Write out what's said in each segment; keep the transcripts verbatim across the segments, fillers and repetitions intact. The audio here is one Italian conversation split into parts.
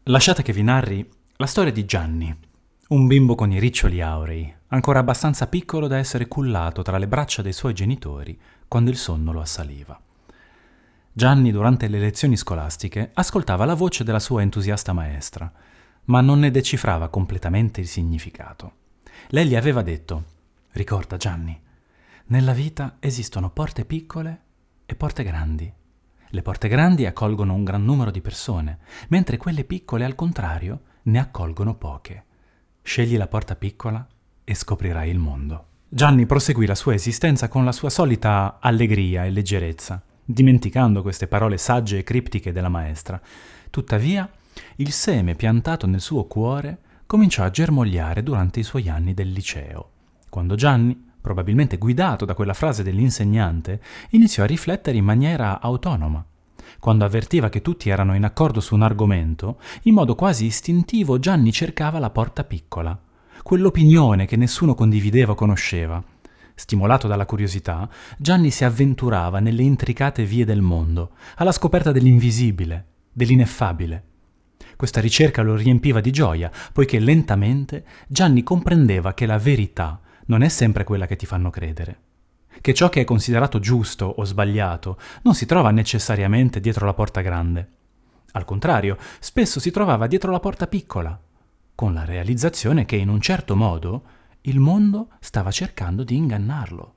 Lasciate che vi narri la storia di Gianni, un bimbo con i riccioli aurei, ancora abbastanza piccolo da essere cullato tra le braccia dei suoi genitori quando il sonno lo assaliva. Gianni, durante le lezioni scolastiche, ascoltava la voce della sua entusiasta maestra, ma non ne decifrava completamente il significato. Lei gli aveva detto: «Ricorda, Gianni, nella vita esistono porte piccole e porte grandi. Le porte grandi accolgono un gran numero di persone, mentre quelle piccole, al contrario, ne accolgono poche. Scegli la porta piccola e scoprirai il mondo». Gianni proseguì la sua esistenza con la sua solita allegria e leggerezza, dimenticando queste parole sagge e criptiche della maestra. Tuttavia, il seme piantato nel suo cuore cominciò a germogliare durante i suoi anni del liceo, quando Gianni, probabilmente guidato da quella frase dell'insegnante, iniziò a riflettere in maniera autonoma. Quando avvertiva che tutti erano in accordo su un argomento, in modo quasi istintivo Gianni cercava la porta piccola, quell'opinione che nessuno condivideva o conosceva. Stimolato dalla curiosità, Gianni si avventurava nelle intricate vie del mondo, alla scoperta dell'invisibile, dell'ineffabile. Questa ricerca lo riempiva di gioia, poiché lentamente Gianni comprendeva che la verità non è sempre quella che ti fanno credere, che ciò che è considerato giusto o sbagliato non si trova necessariamente dietro la porta grande. Al contrario, spesso si trovava dietro la porta piccola, con la realizzazione che in un certo modo il mondo stava cercando di ingannarlo.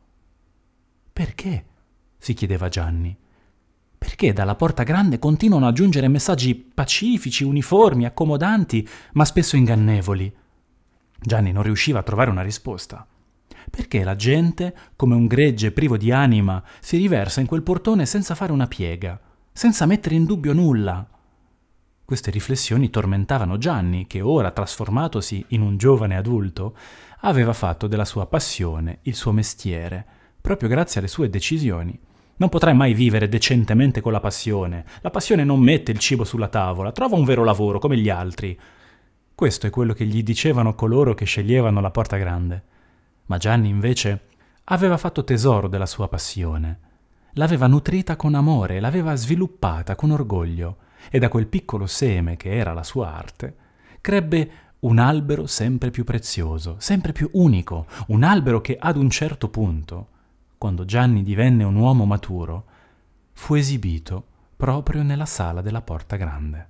Perché? Si chiedeva Gianni. Perché dalla porta grande continuano a giungere messaggi pacifici, uniformi, accomodanti, ma spesso ingannevoli? Gianni non riusciva a trovare una risposta. Perché la gente, come un gregge privo di anima, si riversa in quel portone senza fare una piega, senza mettere in dubbio nulla? Queste riflessioni tormentavano Gianni, che ora, trasformatosi in un giovane adulto, aveva fatto della sua passione il suo mestiere, proprio grazie alle sue decisioni. Non potrai mai vivere decentemente con la passione. La passione non mette il cibo sulla tavola, trova un vero lavoro come gli altri. Questo è quello che gli dicevano coloro che sceglievano la porta grande. Ma Gianni, invece, aveva fatto tesoro della sua passione. L'aveva nutrita con amore, l'aveva sviluppata con orgoglio, e da quel piccolo seme che era la sua arte, crebbe un albero sempre più prezioso, sempre più unico, un albero che ad un certo punto, quando Gianni divenne un uomo maturo, fu esibito proprio nella sala della porta grande.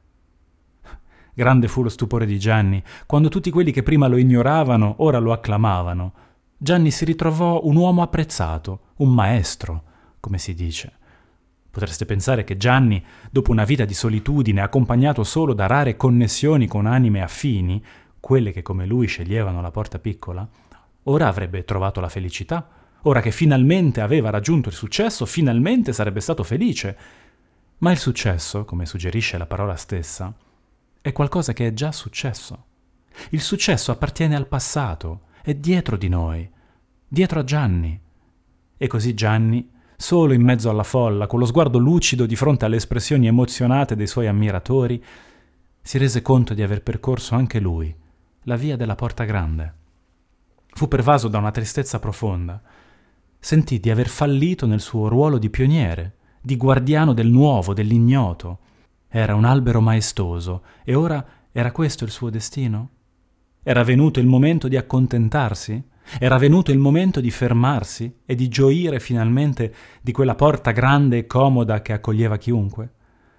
Grande fu lo stupore di Gianni, quando tutti quelli che prima lo ignoravano ora lo acclamavano. Gianni si ritrovò un uomo apprezzato, un maestro, come si dice. Potreste pensare che Gianni, dopo una vita di solitudine, accompagnato solo da rare connessioni con anime affini, quelle che come lui sceglievano la porta piccola, ora avrebbe trovato la felicità. Ora che finalmente aveva raggiunto il successo, finalmente sarebbe stato felice. Ma il successo, come suggerisce la parola stessa, è qualcosa che è già successo. Il successo appartiene al passato, è dietro di noi, dietro a Gianni. E così Gianni, solo in mezzo alla folla, con lo sguardo lucido di fronte alle espressioni emozionate dei suoi ammiratori, si rese conto di aver percorso anche lui la via della porta grande. Fu pervaso da una tristezza profonda. Sentì di aver fallito nel suo ruolo di pioniere, di guardiano del nuovo, dell'ignoto. Era un albero maestoso, e ora era questo il suo destino? Era venuto il momento di accontentarsi? Era venuto il momento di fermarsi e di gioire finalmente di quella porta grande e comoda che accoglieva chiunque?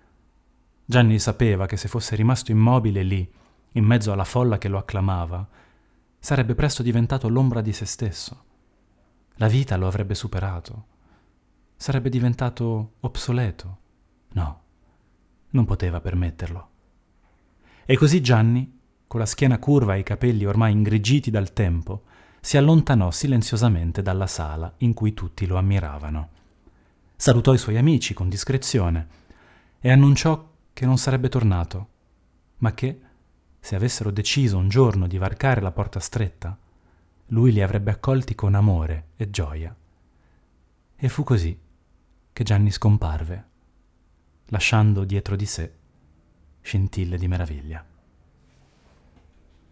Gianni sapeva che se fosse rimasto immobile lì, in mezzo alla folla che lo acclamava, sarebbe presto diventato l'ombra di se stesso. La vita lo avrebbe superato. Sarebbe diventato obsoleto. No, non poteva permetterlo. E così Gianni, con la schiena curva e i capelli ormai ingrigiti dal tempo, si allontanò silenziosamente dalla sala in cui tutti lo ammiravano. Salutò i suoi amici con discrezione e annunciò che non sarebbe tornato, ma che, se avessero deciso un giorno di varcare la porta stretta, lui li avrebbe accolti con amore e gioia. E fu così che Gianni scomparve, lasciando dietro di sé scintille di meraviglia.